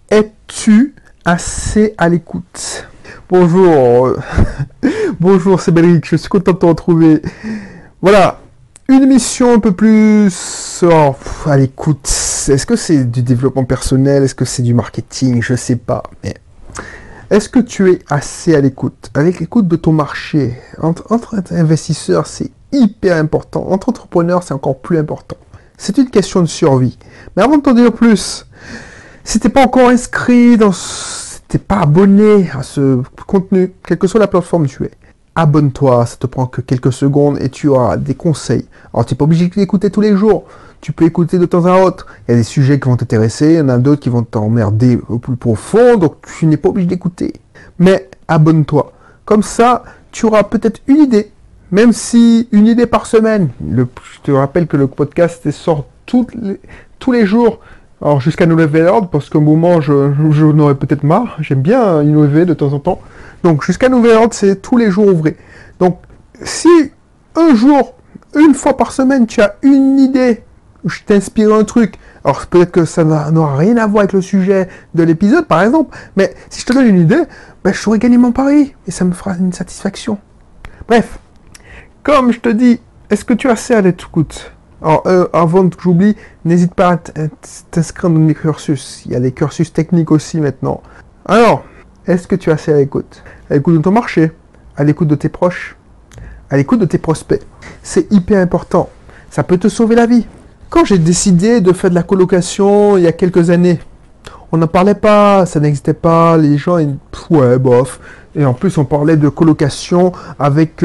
Es-tu assez à l'écoute? Bonjour, bonjour, c'est Belric, je suis content de te retrouver. Voilà, une émission un peu plus à l'écoute. Est-ce que c'est du développement personnel? Est-ce que c'est du marketing? Je sais pas, mais est-ce que tu es assez à l'écoute? Avec l'écoute de ton marché. Entre investisseurs, c'est hyper important. Entre entrepreneurs, c'est encore plus important. C'est une question de survie. Mais avant de t'en dire plus, si t'es pas encore inscrit si t'es pas abonné à ce contenu, quelle que soit la plateforme où tu es, abonne-toi, ça te prend que quelques secondes et tu auras des conseils. Alors tu n'es pas obligé d'écouter tous les jours, tu peux écouter de temps à autre. Il y a des sujets qui vont t'intéresser, il y en a d'autres qui vont t'emmerder au plus profond, donc tu n'es pas obligé d'écouter. Mais abonne-toi. Comme ça, tu auras peut-être une idée, même si une idée par semaine. Je te rappelle que le podcast sort tous les jours. Alors jusqu'à nouvel ordre, parce qu'au moment je n'aurais peut-être marre, j'aime bien innover de temps en temps. Donc jusqu'à nouvel ordre, c'est tous les jours ouvrés. Donc si un jour, une fois par semaine, tu as une idée, je t'inspire un truc, alors peut-être que ça n'aura rien à voir avec le sujet de l'épisode par exemple, mais si je te donne une idée, ben, je saurais gagner mon pari, et ça me fera une satisfaction. Bref, comme je te dis, est-ce que tu as assez à l'écoute? Alors, avant que j'oublie, n'hésite pas à t'inscrire dans mes cursus. Il y a des cursus techniques aussi maintenant. Alors, est-ce que tu es assez à l'écoute? À l'écoute de ton marché, à l'écoute de tes proches, à l'écoute de tes prospects. C'est hyper important. Ça peut te sauver la vie. Quand j'ai décidé de faire de la colocation il y a quelques années, on n'en parlait pas, ça n'existait pas, les gens, ouais, bof. Et en plus, on parlait de colocation avec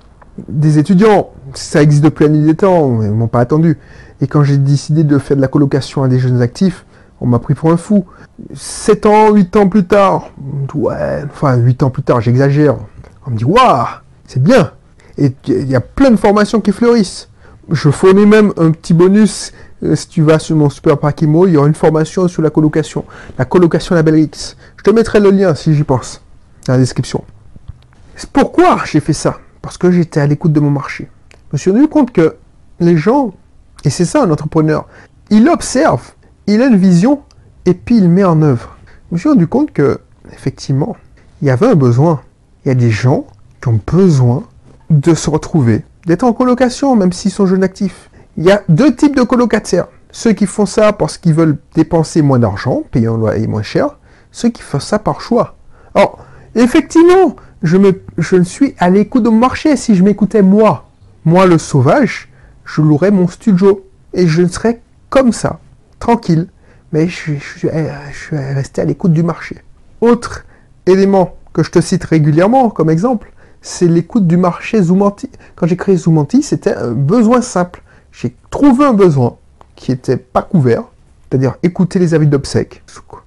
des étudiants. Ça existe depuis la nuit des temps, mais ils m'ont pas attendu. Et quand j'ai décidé de faire de la colocation à des jeunes actifs, on m'a pris pour un fou. 7 ans, 8 ans plus tard, ouais, enfin 8 ans plus tard, j'exagère. On me dit, waouh, c'est bien. Et il y a plein de formations qui fleurissent. Je fournis même un petit bonus. Si tu vas sur mon Super Parkimo, il y aura une formation sur la colocation. La colocation à la Belrix. Je te mettrai le lien si j'y pense, dans la description. Pourquoi j'ai fait ça? Parce que j'étais à l'écoute de mon marché. Je me suis rendu compte que les gens, et c'est ça un entrepreneur, il observe, il a une vision, et puis il met en œuvre. Je me suis rendu compte que, effectivement, il y avait un besoin. Il y a des gens qui ont besoin de se retrouver, d'être en colocation, même s'ils sont jeunes actifs. Il y a deux types de colocataires. Ceux qui font ça parce qu'ils veulent dépenser moins d'argent, payer un loyer moins cher. Ceux qui font ça par choix. Alors, effectivement, je suis à l'écoute de mon marché. Si je m'écoutais moi le sauvage, je louerais mon studio. Et je serais comme ça, tranquille. Mais je suis resté à l'écoute du marché. Autre élément que je te cite régulièrement comme exemple, c'est l'écoute du marché Zoomanti. Quand j'ai créé Zoomanti, c'était un besoin simple. J'ai trouvé un besoin qui n'était pas couvert, c'est-à-dire écouter les avis d'obsèques.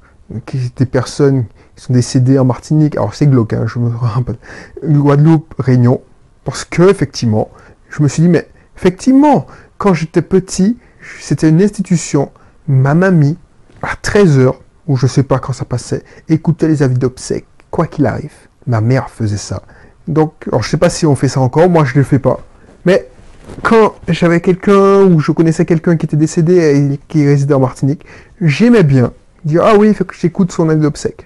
Des personnes qui sont décédées en Martinique, alors c'est glauque, hein, je me rappelle, Guadeloupe, Réunion, parce que effectivement, je me suis dit, mais effectivement, quand j'étais petit, c'était une institution, ma mamie, à 13h, ou je sais pas quand ça passait, écoutait les avis d'obsèques, quoi qu'il arrive. Ma mère faisait ça. Donc, alors je sais pas si on fait ça encore, moi je ne le fais pas. Mais quand j'avais quelqu'un, ou je connaissais quelqu'un qui était décédé et qui résidait en Martinique, j'aimais bien dire, ah oui, il faut que j'écoute son avis d'obsèques.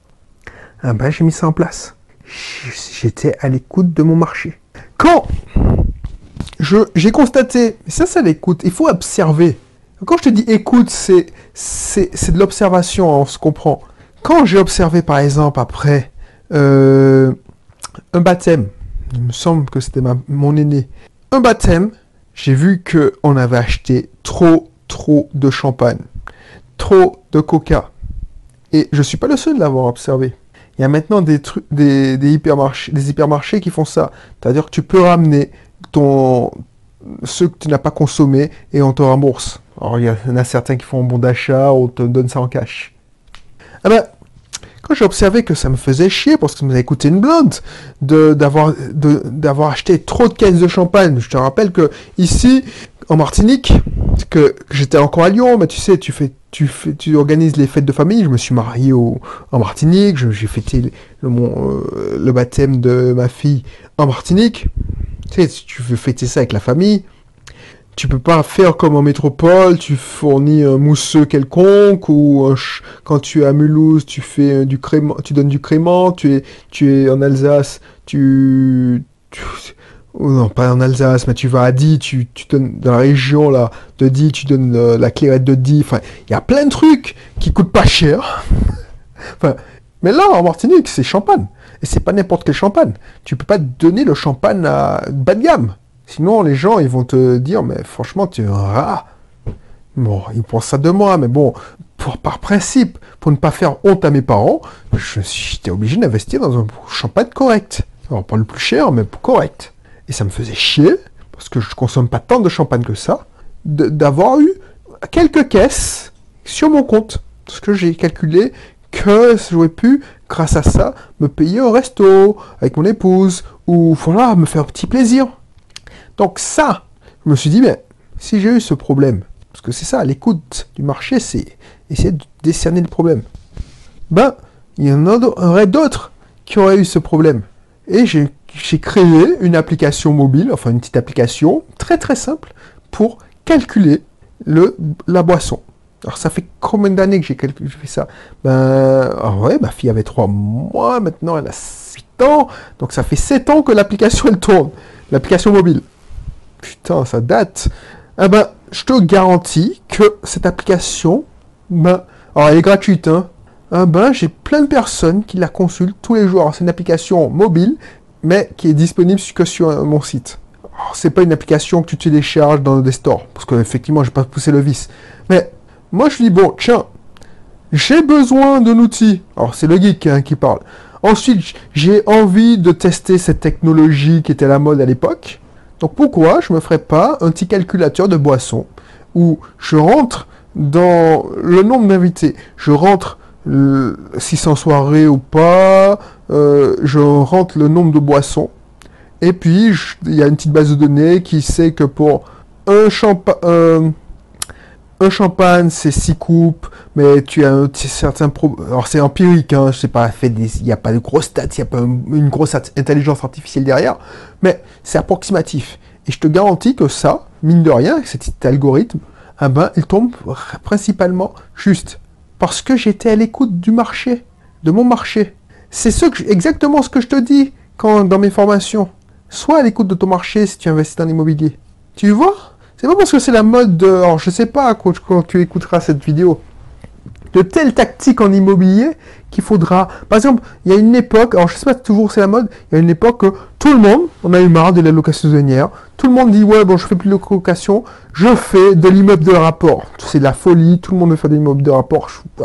Ah ben, j'ai mis ça en place. J'étais à l'écoute de mon marché. Quand j'ai constaté, ça c'est l'écoute, il faut observer. Quand je te dis écoute, c'est de l'observation, on se comprend. Quand j'ai observé par exemple après un baptême, il me semble que c'était mon aîné, un baptême, j'ai vu qu'on avait acheté trop de champagne, trop de coca. Et je ne suis pas le seul à l'avoir observé. Il y a maintenant des hypermarchés qui font ça. C'est-à-dire que tu peux ramener ceux que tu n'as pas consommés et on te rembourse. Alors il y en a certains qui font un bon d'achat, on te donne ça en cash. Ah ben, quand j'ai observé que ça me faisait chier, parce que ça m'avait coûté une blinde, d'avoir acheté trop de caisses de champagne. Je te rappelle que ici, en Martinique, que j'étais encore à Lyon, mais tu sais, tu organises les fêtes de famille. Je me suis marié en Martinique, j'ai fêté le baptême de ma fille en Martinique. Tu sais, si tu veux fêter ça avec la famille, tu peux pas faire comme en métropole, tu fournis un mousseux quelconque, ou quand tu es à Mulhouse, tu fais du crément, tu donnes du crément, tu es en Alsace, ou non, pas en Alsace, mais tu vas à Die, tu donnes, dans la région, là, de Die, tu donnes la clairette de Die, enfin, il y a plein de trucs qui coûtent pas cher. Enfin, mais là, en Martinique, c'est champagne. Et c'est pas n'importe quel champagne. Tu peux pas donner le champagne à bas de gamme. Sinon, les gens, ils vont te dire, mais franchement, tu es un rat. Bon, ils pensent ça de moi, mais bon, par principe, pour ne pas faire honte à mes parents, j'étais obligé d'investir dans un champagne correct. Alors, pas le plus cher, mais correct. Et ça me faisait chier, parce que je consomme pas tant de champagne que ça, d'avoir eu quelques caisses sur mon compte. Parce que j'ai calculé que j'aurais pu, grâce à ça, me payer un resto avec mon épouse, ou voilà, me faire un petit plaisir. Donc ça, je me suis dit, mais si j'ai eu ce problème, parce que c'est ça, l'écoute du marché, c'est essayer de décerner le problème. Ben, il y en aurait d'autres qui auraient eu ce problème. Et j'ai créé une application mobile, enfin une petite application très très simple pour calculer la boisson. Alors ça fait combien d'années que j'ai fait ça? Ben ouais, ma fille avait 3 mois, maintenant elle a 8 ans, donc ça fait 7 ans que l'application elle tourne, l'application mobile. Putain, ça date. Ah ben, je te garantis que cette application, ben, alors elle est gratuite, hein. Ah ben, j'ai plein de personnes qui la consultent tous les jours. Alors, c'est une application mobile, mais qui est disponible que sur mon site. Alors, c'est pas une application que tu télécharges dans des stores, parce qu'effectivement, j'ai pas poussé le vice. Mais moi, je dis bon, tiens, j'ai besoin d'un outil. Alors, c'est le geek hein, qui parle. Ensuite, j'ai envie de tester cette technologie qui était à la mode à l'époque. Donc pourquoi je me ferais pas un petit calculateur de boissons où je rentre dans le nombre d'invités, je rentre si c'est en soirée ou pas, je rentre le nombre de boissons, et puis il y a une petite base de données qui sait que pour un champagne, c'est 6 coupes, mais tu as un certain alors c'est empirique, hein, je sais pas, il n'y a pas de gros stats, il n'y a pas une grosse intelligence artificielle derrière, mais c'est approximatif. Et je te garantis que ça, mine de rien, cet petit algorithme, eh ben, il tombe principalement juste. Parce que j'étais à l'écoute du marché, de mon marché. C'est exactement ce que je te dis dans mes formations. Sois à l'écoute de ton marché si tu investis dans l'immobilier. Tu vois? C'est pas parce que c'est la mode de... Alors, je sais pas quand tu écouteras cette vidéo. De telles tactiques en immobilier qu'il faudra... Par exemple, il y a une époque... Alors, je sais pas si toujours c'est la mode. Il y a une époque que tout le monde, on a eu marre de la location saisonnière. Tout le monde dit, ouais, bon, je fais plus de location. Je fais de l'immeuble de rapport. C'est de la folie. Tout le monde veut faire de l'immeuble de rapport.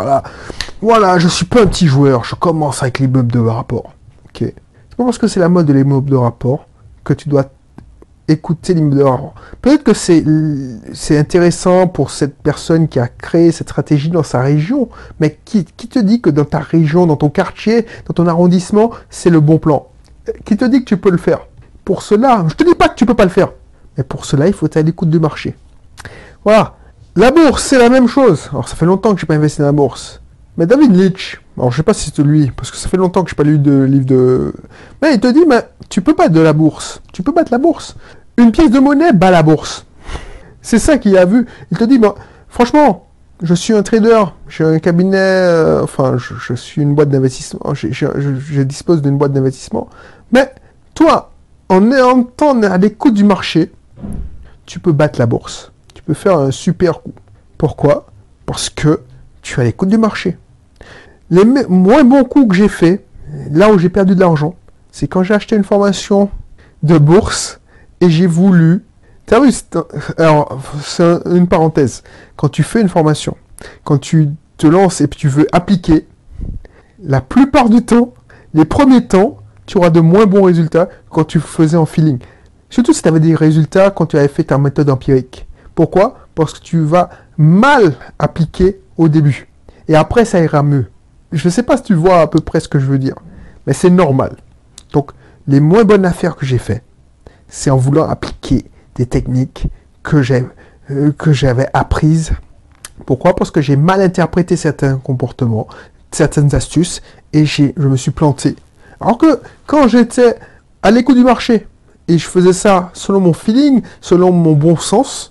Voilà, je suis pas un petit joueur. Je commence avec l'immeuble de rapport. Ok. C'est pas parce que c'est la mode de l'immeuble de rapport que tu dois écouter l'immeuble de rapport. Peut-être que c'est intéressant pour cette personne qui a créé cette stratégie dans sa région, mais qui te dit que dans ta région, dans ton quartier, dans ton arrondissement, c'est le bon plan? Qui te dit que tu peux le faire? Pour cela, je te dis pas que tu peux pas le faire, mais pour cela, il faut être à l'écoute du marché. Voilà. La bourse, c'est la même chose. Alors, ça fait longtemps que j'ai pas investi dans la bourse. Mais David Litch, alors je sais pas si c'est lui, parce que ça fait longtemps que j'ai pas lu de livre de... Mais il te dit, mais tu peux battre de la bourse. Tu peux battre la bourse. Une pièce de monnaie bat la bourse. C'est ça qu'il a vu. Il te dit, bon, franchement, je suis un trader, j'ai un cabinet, je suis une boîte d'investissement, je dispose d'une boîte d'investissement. Mais toi, en étant à l'écoute du marché, tu peux battre la bourse. Tu peux faire un super coup. Pourquoi? Parce que tu es à l'écoute du marché. Les moins bons coups que j'ai fait, là où j'ai perdu de l'argent, c'est quand j'ai acheté une formation de bourse et j'ai voulu... T'as vu, alors, c'est une parenthèse. Quand tu fais une formation, quand tu te lances et que tu veux appliquer, la plupart du temps, les premiers temps, tu auras de moins bons résultats quand tu faisais en feeling. Surtout si tu avais des résultats quand tu avais fait ta méthode empirique. Pourquoi? Parce que tu vas mal appliquer au début. Et après, ça ira mieux. Je ne sais pas si tu vois à peu près ce que je veux dire. Mais c'est normal. Donc, les moins bonnes affaires que j'ai faites, c'est en voulant appliquer des techniques que j'avais apprises. Pourquoi? Parce que j'ai mal interprété certains comportements, certaines astuces, et je me suis planté. Alors que quand j'étais à l'écoute du marché, et je faisais ça selon mon feeling, selon mon bon sens,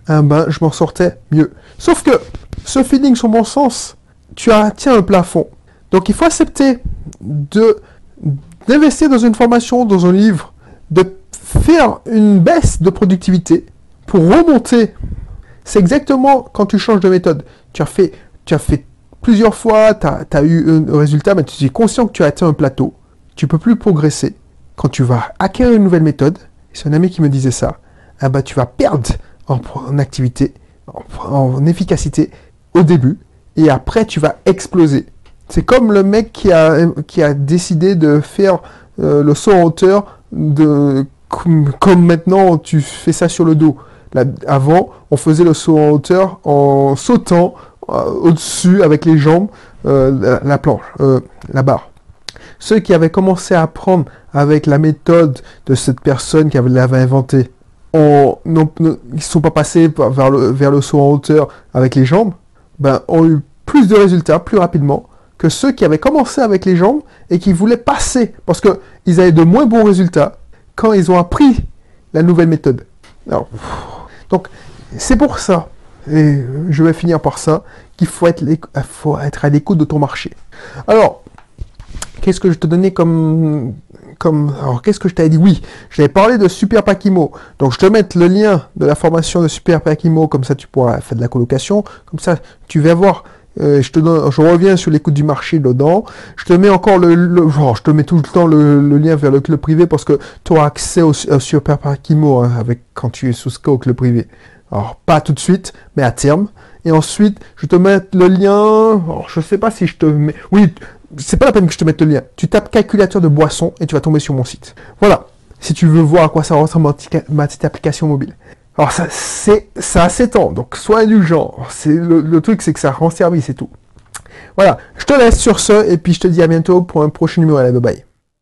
eh ben, je m'en sortais mieux. Sauf que ce feeling sur mon sens, tu atteins un plafond. Donc il faut accepter d'investir dans une formation, dans un livre, de faire une baisse de productivité pour remonter. C'est exactement quand tu changes de méthode. Tu as fait plusieurs fois, tu as eu un résultat, mais tu es conscient que tu as atteint un plateau. Tu ne peux plus progresser. Quand tu vas acquérir une nouvelle méthode, c'est un ami qui me disait ça, eh ben, tu vas perdre en activité, en efficacité au début, et après tu vas exploser. C'est comme le mec qui a décidé de faire le saut en hauteur comme maintenant tu fais ça sur le dos. Là, avant, on faisait le saut en hauteur en sautant au-dessus avec les jambes, la planche, la barre. Ceux qui avaient commencé à apprendre avec la méthode de cette personne qui l'avait inventée, ils ne sont pas passés vers le saut en hauteur avec les jambes, ben, ont eu plus de résultats plus rapidement que ceux qui avaient commencé avec les jambes et qui voulaient passer, parce qu'ils avaient de moins bons résultats quand ils ont appris la nouvelle méthode. Alors, donc, c'est pour ça, et je vais finir par ça, qu'il faut être à l'écoute de ton marché. Alors, qu'est-ce que je te donnais alors, qu'est-ce que je t'avais dit? Oui, j'avais parlé de Super Packimo. Donc, je te mets le lien de la formation de Super Packimo, comme ça, tu pourras faire de la colocation. Comme ça, tu vas voir. Je reviens sur l'écoute du marché dedans. Je te mets encore je te mets tout le temps le lien vers le club privé parce que tu auras accès au Super Packimo quand tu es souscrit au club privé. Alors, pas tout de suite, mais à terme. Et ensuite, je te mets le lien. Alors, je sais pas si je te mets. Oui, c'est pas la peine que je te mette le lien. Tu tapes calculateur de boisson et tu vas tomber sur mon site. Voilà. Si tu veux voir à quoi ça ressemble ma petite application mobile. Alors ça a 7 ans, donc sois indulgent. Le truc, c'est que ça rend service et tout. Voilà, je te laisse sur ce, et puis je te dis à bientôt pour un prochain numéro. Allez, bye bye.